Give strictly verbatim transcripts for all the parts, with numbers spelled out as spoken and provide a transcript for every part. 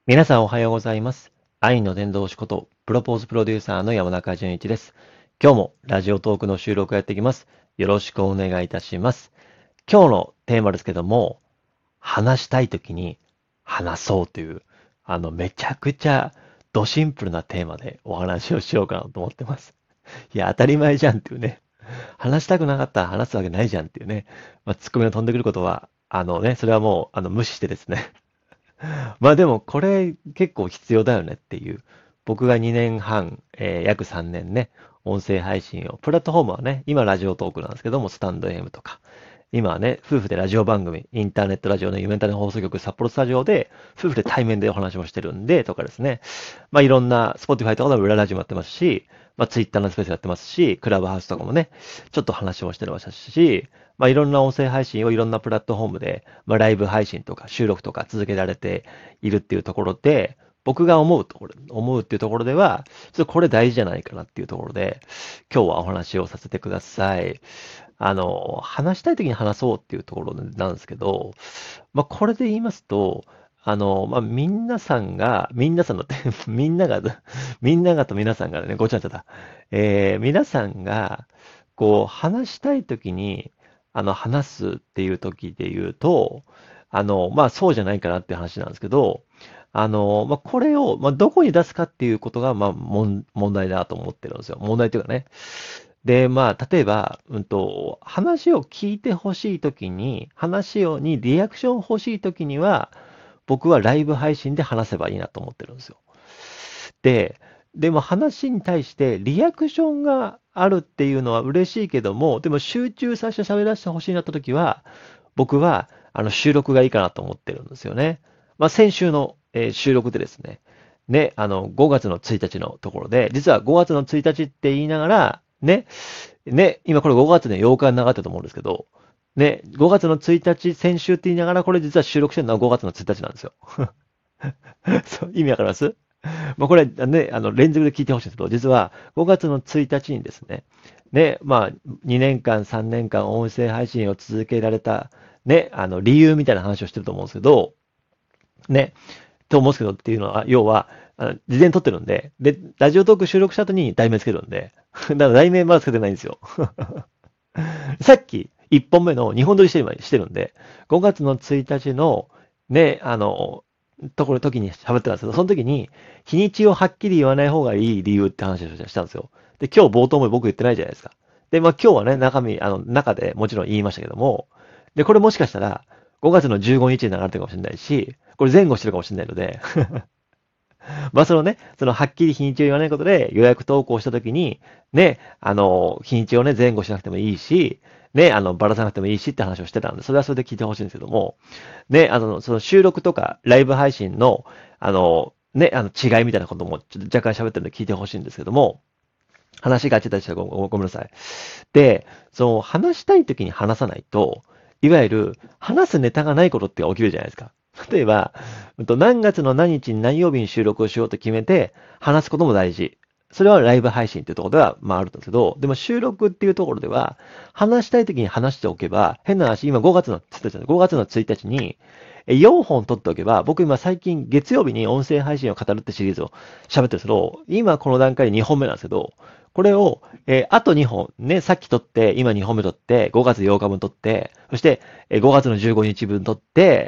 皆さんおはようございます。愛の伝道師こと、プロポーズプロデューサーの山中淳一です。今日もラジオトークの収録をやっていきます。よろしくお願いいたします。今日のテーマですけども、話したいときに話そうという、あの、めちゃくちゃドシンプルなテーマでお話をしようかなと思ってます。いや、当たり前じゃんっていうね。話したくなかったら話すわけないじゃんっていうね。まあ、ツッコミが飛んでくることは、あのね、それはもう、あの、無視してですね。まあでも、これ結構必要だよねっていう。僕がにねんはん、えー約さんねんね、音声配信を、プラットフォームはね、今ラジオトークなんですけども、スタンド エム とか、今はね、夫婦でラジオ番組、インターネットラジオの夢タネ放送局札幌スタジオで、夫婦で対面でお話をしてるんで、とかですね。まあいろんな、Spotify とかの裏ラジオもやってますし、まあ Twitter のスペースやってますし、クラブハウスとかもね、ちょっと話をしてましたし、まあいろんな音声配信をいろんなプラットフォームで、まあライブ配信とか収録とか続けられているっていうところで、僕が思うところ、思うっていうところでは、ちょっとこれ大事じゃないかなっていうところで、今日はお話をさせてください。あの、話したい時に話そうっていうところなんですけど、まあ、これで言いますと、あの、まあ、みんなさんが、みんなさんのってみんなが、みんながと皆さんがね、ごちゃになっちゃった。えー、皆さんが、こう、話したい時に、あの、話すっていう時で言うと、あの、まあ、そうじゃないかなっていう話なんですけど、あの、まあ、これを、まあ、どこに出すかっていうことが、まあ、もん問題だと思ってるんですよ。問題というかね。で、まあ、例えば、うんと、話を聞いてほしいときに、話をにリアクション欲しいときには、僕はライブ配信で話せばいいなと思ってるんですよ。で、でも話に対してリアクションがあるっていうのは嬉しいけども、でも集中させて喋らせてほしいなったときは、僕はあの収録がいいかなと思ってるんですよね。まあ、先週の、えー収録でですね、ね、あの、ごがつのついたちのところで、実はごがつのついたちって言いながら、ね、ね、今これごがつのようかに流れたと思うんですけど、ね、ごがつのついたち、先週って言いながら、これ実は収録してるのはごがつのついたちなんですよ。そう、意味わかります？まあ、これね、あの、連続で聞いてほしいんですけど、実はごがつのついたちにですね、ね、まあ、にねんかん、さんねんかん音声配信を続けられた、ね、あの、理由みたいな話をしてると思うんですけど、ね、と思うんですけどっていうのは、要は、あの事前に撮ってるんで、で、ラジオトーク収録した後に題名つけるんで、だから題名まだつけてないんですよ。さっきいっぽんめのにほん撮りしてるしてるんで、ごがつのついたちのね、あの、ところ、時に喋ってたんですけど、その時に日にちをはっきり言わない方がいい理由って話をしたんですよ。で、今日冒頭も僕言ってないじゃないですか。で、まあ今日はね、中身、あの、中でもちろん言いましたけども、で、これもしかしたらごがつのじゅうごにちに流れてるかもしれないし、これ前後してるかもしれないので、まあそのね、そのはっきり日にちを言わないことで予約投稿したときに、ね、あの、日にちをね、前後しなくてもいいし、ね、あの、ばらさなくてもいいしって話をしてたんで、それはそれで聞いてほしいんですけども、ね、あの、その収録とかライブ配信の、あの、ね、あの、違いみたいなこともちょっと若干喋ってるんで聞いてほしいんですけども、話があっちゃったりしたらごごごめんなさい。で、その話したいときに話さないと、いわゆる話すネタがないことって起きるじゃないですか。例えば、うんと何月の何日に何曜日に収録をしようと決めて話すことも大事。それはライブ配信っていうところでは、まああるんですけど、でも収録っていうところでは、話したいときに話しておけば、変な話、今ごがつのついたち、ごがつのついたちに、えよんほん撮っておけば、僕今最近月曜日に音声配信を語るってシリーズを喋ってるんですけど、今この段階でにほんめなんですけど、これを、えーあとにほん、ね、さっき撮って、今にほんめ撮って、ごがつようかぶん撮って、そして、えーごがつのじゅうごにちぶん撮って、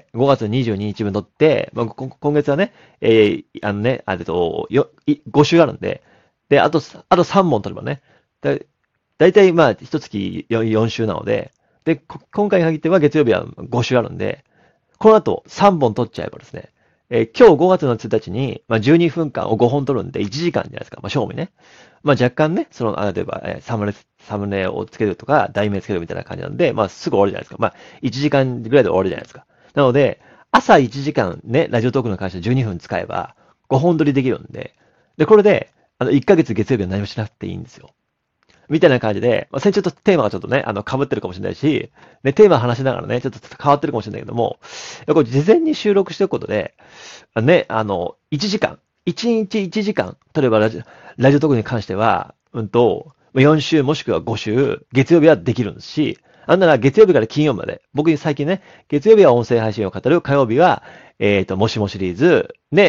ごがつにじゅうににちぶん撮って、まあ、こ今月はね、えーあのね、あれと、よ、いご週あるんで、で、あと、あとさんぼん撮ればね、だ、だいたいまあ、一月よん週なので、で、こ今回に限っては月曜日はご週あるんで、この後さんぼん取っちゃえばですね、えー今日ごがつのついたちに、まあ、じゅうにふんかんをごほん取るんでいちじかんじゃないですか。まあ、賞味ね。まあ、若干ね、その、あ例えば、えーサムネ、サムネをつけるとか、題名つけるみたいな感じなんで、まあ、すぐ終わるじゃないですか。まあ、いちじかんぐらいで終わるじゃないですか。なので、朝いちじかんね、ラジオトークの会社じゅうにふん使えば、ごほん取りできるんで、で、これで、あの、いっかげつ月曜日は何もしなくていいんですよ。みたいな感じで、まあ、先週とテーマがちょっとね、あの、被ってるかもしれないし、ね、テーマ話しながらね、ちょっと変わってるかもしれないけども、これ事前に収録しておくことで、ね、あの、いちじかん、いちにちいちじかん、例えばラジオ、ラジオトークに関しては、うんと、よん週もしくはご週、月曜日はできるんですし、あんなら月曜日から金曜日まで、僕に最近ね、月曜日は音声配信を語る、火曜日は、えっと、もしもシリーズ、ね、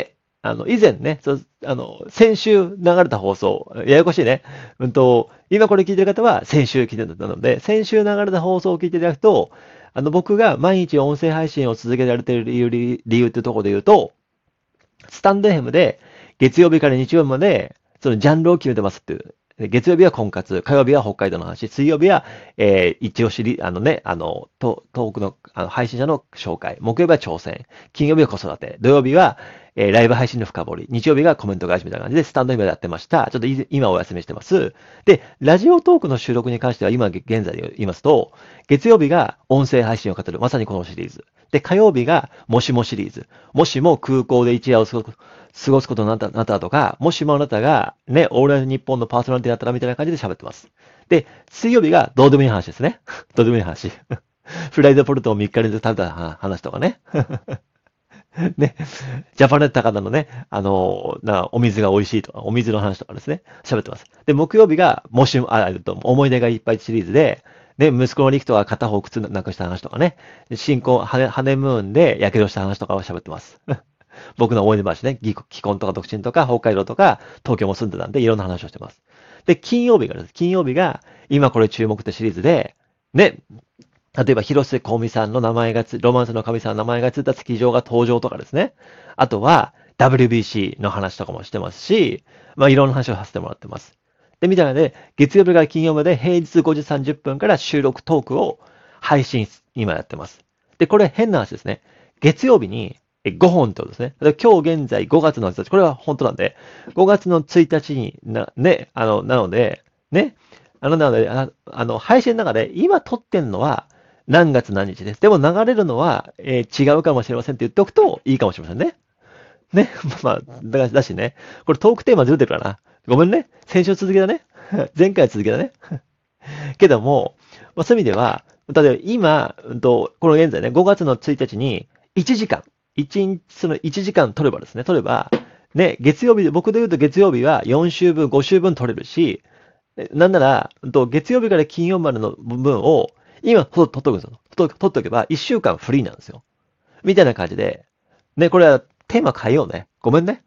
あの、以前ね、そう、あの、先週流れた放送、ややこしいね。うんと、今これ聞いてる方は先週聞いてたので、先週流れた放送を聞いていただくと、あの、僕が毎日音声配信を続けられている理由、理由っていうところで言うと、スタンド エフエム で月曜日から日曜日まで、そのジャンルを決めてますっていう。月曜日は婚活、火曜日は北海道の話、水曜日は、えー、一応知り、あのね、あの、トトークのあの配信者の紹介、木曜日は挑戦、金曜日は子育て、土曜日は、えー、ライブ配信の深掘り、日曜日がコメント返しみたいな感じで、スタンド エフエム でやってました。ちょっと今お休みしてます。で、ラジオトークの収録に関しては、今現在で言いますと、月曜日が音声配信を語る、まさにこのシリーズ。で、火曜日がもしもシリーズ。もしも空港で一夜を過ごす過ごすことになった、なったとか、もしもあなたが、ね、オールナイトニッポンのパーソナリティだったらみたいな感じで喋ってます。で、水曜日がどうでもいい話ですね。どうでもいい話。フライドポルトをみっか連続食べた話とかね。ね。ジャパネット高田のね、あの、な、お水が美味しいとか、お水の話とかですね。喋ってます。で、木曜日が、もしも、あ、えっと、思い出がいっぱいシリーズで、ね、息子のリクトが片方靴なくした話とかね。新婚、ハネハネムーンで火傷した話とかを喋ってます。僕の思い出話ね、既婚とか独身とか、北海道とか、東京も住んでたんで、いろんな話をしてます。で、金曜日がです。金曜日が、今これ注目ってシリーズで、ね、例えば、広瀬香美さんの名前がつ、ロマンスの神さんの名前がついた月場が登場とかですね。あとは、ダブリュービーシー の話とかもしてますし、まあ、いろんな話をさせてもらってます。で、みたいなので、月曜日から金曜まで平日ごじさんじゅっぷんから収録トークを配信、今やってます。で、これ変な話ですね。月曜日にごほんってことですね。今日現在ごがつのついたち、これは本当なんで、ごがつのついたちにな、ね、あの、なので、ね、あの、なので、ああの、配信の中で今撮ってんのは何月何日です。でも流れるのは、えー違うかもしれませんって言っておくといいかもしれませんね。ね。まあ、だから、だしね。これトークテーマずれてるかな。ごめんね。先週続きだね。前回は続きだね。けども、まあ、そういう意味では、例えば今、うんと、この現在ね、ごがつのついたちにいちじかん、いちにち、そのいちじかん取ればですね、取れば、ね、月曜日で、僕で言うと月曜日はよん週分、ご週分取れるし、えなんなら、うんと、月曜日から金曜までの分を、今、と取っとくんですよ。取っとけばいっしゅうかんフリーなんですよ。みたいな感じで、ね、これはテーマ変えようね。ごめんね。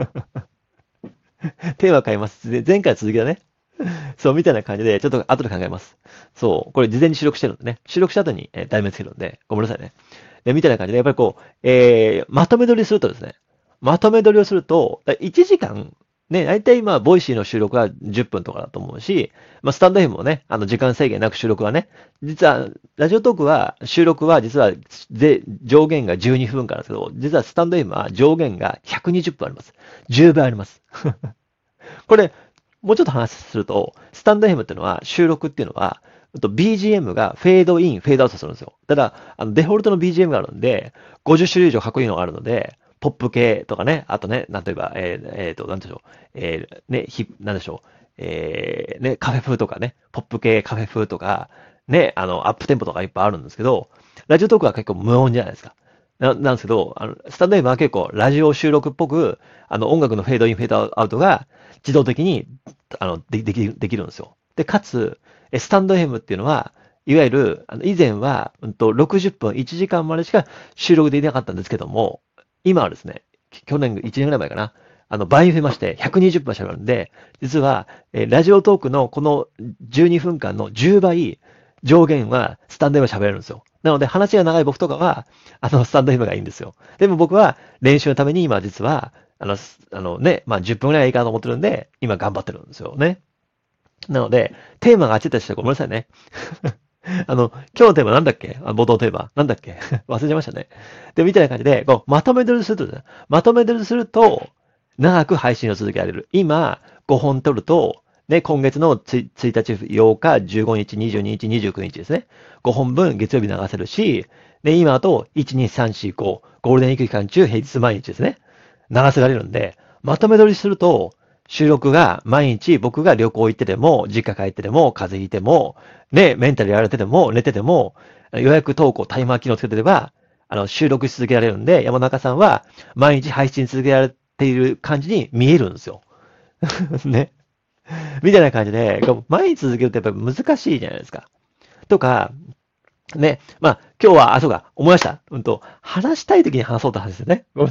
テーマ変えます。で前回は続きだね。そう、みたいな感じで、ちょっと後で考えます。そう、これ事前に収録してるんでね。収録した後に、えー題名つけるんで、ごめんなさいね。で、みたいな感じで、やっぱりこう、えー、まとめ撮りするとですね、まとめ撮りをすると、いちじかん、ね、大体今、ボイシーの収録はじゅっぷんとかだと思うし、まあ、スタンド エフエム もね、あの、時間制限なく収録はね、実は、ラジオトークは、収録は実は、で、上限がじゅうにふんかんなんですけど、実はスタンド エフエム は上限がひゃくにじゅっぷんあります。じゅうばいあります。これ、もうちょっと話すると、スタンド エフエム っていうのは、収録っていうのは、ビージーエム がフェードイン、フェードアウトするんですよ。ただ、あのデフォルトの ビージーエム があるんで、ごじゅっ種類以上かっこいいのがあるので、ポップ系とかね、あとね、なんて言えば、えー、えーと、なんでしょう、えー、ね、ひ、なんでしょう、えー、ね、カフェ風とかね、ポップ系カフェ風とか、ね、あの、アップテンポとかいっぱいあるんですけど、ラジオトークは結構無音じゃないですか。な、なんですけど、あの、スタンド エフエム は結構ラジオ収録っぽく、あの、音楽のフェードイン、フェードアウトが自動的に、あの、で、できる、できるんですよ。で、かつ、えスタンド エフエム っていうのは、いわゆる、あの、以前は、うんと、ろくじゅっぷん、いちじかんまでしか収録できなかったんですけども、今はですね、去年、いちねんぐらい前かな、あの、倍増えまして、ひゃくにじゅっぷん喋るんで、実は、えーラジオトークのこのじゅうにふんかんのじゅうばい、上限はスタンド エフエム 喋れるんですよ。なので、話が長い僕とかは、あの、スタンド エフエム がいいんですよ。でも僕は、練習のために今実は、あの、すあのね、まあ、じゅっぷんぐらいはいいかなと思ってるんで、今頑張ってるんですよね。なので、テーマがあっちゃったりしてごめんなさいね。あの、今日のテーマなんだっけあ、冒頭テーマ。なんだっけ忘れちゃいましたね。で、みたいな感じで、こう、まとめ撮りするとですね、まとめ撮りすると、長く配信を続けられる。今、ごほん撮ると、ね、今月のついたち、ようか、じゅうごにち、にじゅうににち、にじゅうくにちですね。ごほんぶん月曜日流せるし、で、今だと、いち、に、さん、よん、ご、ゴールデンウィーク期間中、平日毎日ですね。流せられるんで、まとめ撮りすると、収録が毎日僕が旅行行ってても、実家帰ってても、風邪ひいても、ね、メンタルやられてても、寝てても、予約投稿タイマー機能つけてれば、あの、収録し続けられるんで、山中さんは毎日配信続けられている感じに見えるんですよ。ね。みたいな感じで、毎日続けるとやっぱり難しいじゃないですか。とか、ね。まあ、今日は、あ、そうか、思いました。うんと、話したい時に話そうと話ですよね。ごめんね。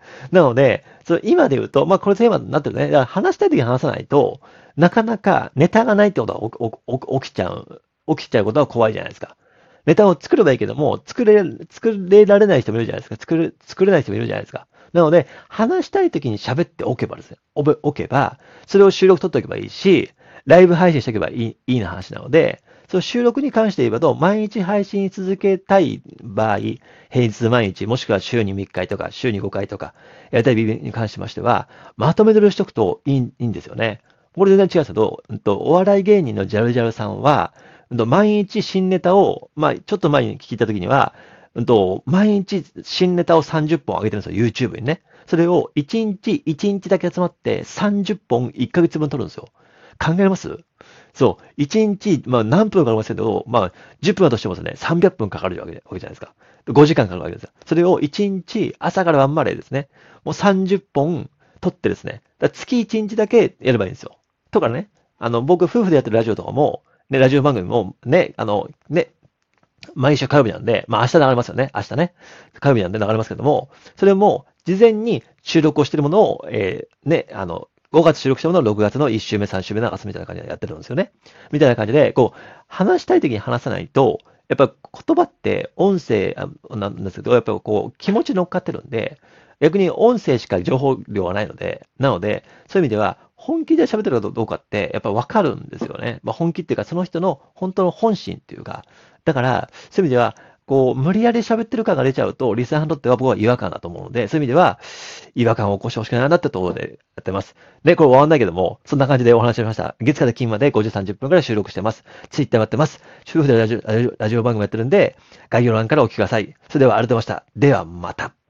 なので、そう今で言うと、まあこれテーマになってるね。だから話したい時に話さないと、なかなかネタがないってことはおおお起きちゃう、起きちゃうことは怖いじゃないですか。ネタを作ればいいけども、作れ、作れられない人もいるじゃないですか。作る、作れない人もいるじゃないですか。なので、話したい時に喋っておけばですね、おべ、おけば、それを収録取っておけばいいし、ライブ配信しておけばいい、いいな話なので、その収録に関して言えばと、毎日配信続けたい場合、平日毎日、もしくは週にみっかとか、週にごかいとか、やりたいビビに関しましては、まとめ撮りをしとくといいいいんですよね。これ全然違うんですけど、うんと、お笑い芸人のジャルジャルさんは、うんと、毎日新ネタを、まあ、ちょっと前に聞いたときには、うんと、毎日新ネタをさんじゅっぽん上げてるんですよ、YouTube にね。それをいちにちいちにちだけ集まってさんじゅっぽんいっかげつぶん撮るんですよ。考えますそう。いちにち、まあ何分かかりますけど、まあじゅっぷんだとしてもですね、さんびゃっぷんかかるわけわけじゃないですか。ごじかんかかるわけですよ。それをいちにち朝から晩までですね、もうさんじゅっぽん撮ってですね、だから月いちにちだけやればいいんですよ。とかね、あの、僕夫婦でやってるラジオとかも、ね、ラジオ番組もね、あの、ね、毎週火曜日なんで、まあ明日流れますよね。明日ね。火曜日なんで流れますけども、それも事前に収録をしているものを、えー、ね、あの、ごがつ収録したものをろくがつのいっ週目、さん週目流すみたいな感じでやってるんですよね。みたいな感じで、こう、話したい時に話さないと、やっぱ言葉って音声なんですけど、やっぱこう、気持ち乗っかってるんで、逆に音声しか情報量はないので、なので、そういう意味では、本気で喋ってるかどうかって、やっぱ分かるんですよね。まあ、本気っていうか、その人の本当の本心っていうか、だから、そういう意味では、こう、無理やり喋ってる感が出ちゃうと、リスナーにとっては僕は違和感だと思うので、そういう意味では、違和感を起こしてほしくないなってところでやってます。で、これ終わんないけども、そんな感じでお話ししました。月から金までごじさんじゅっぷんくらい収録してます。ツイッターやってます。夫婦でラジオラジオラジオ番組やってるんで、概要欄からお聞きください。それではありがとうございました。ではまた。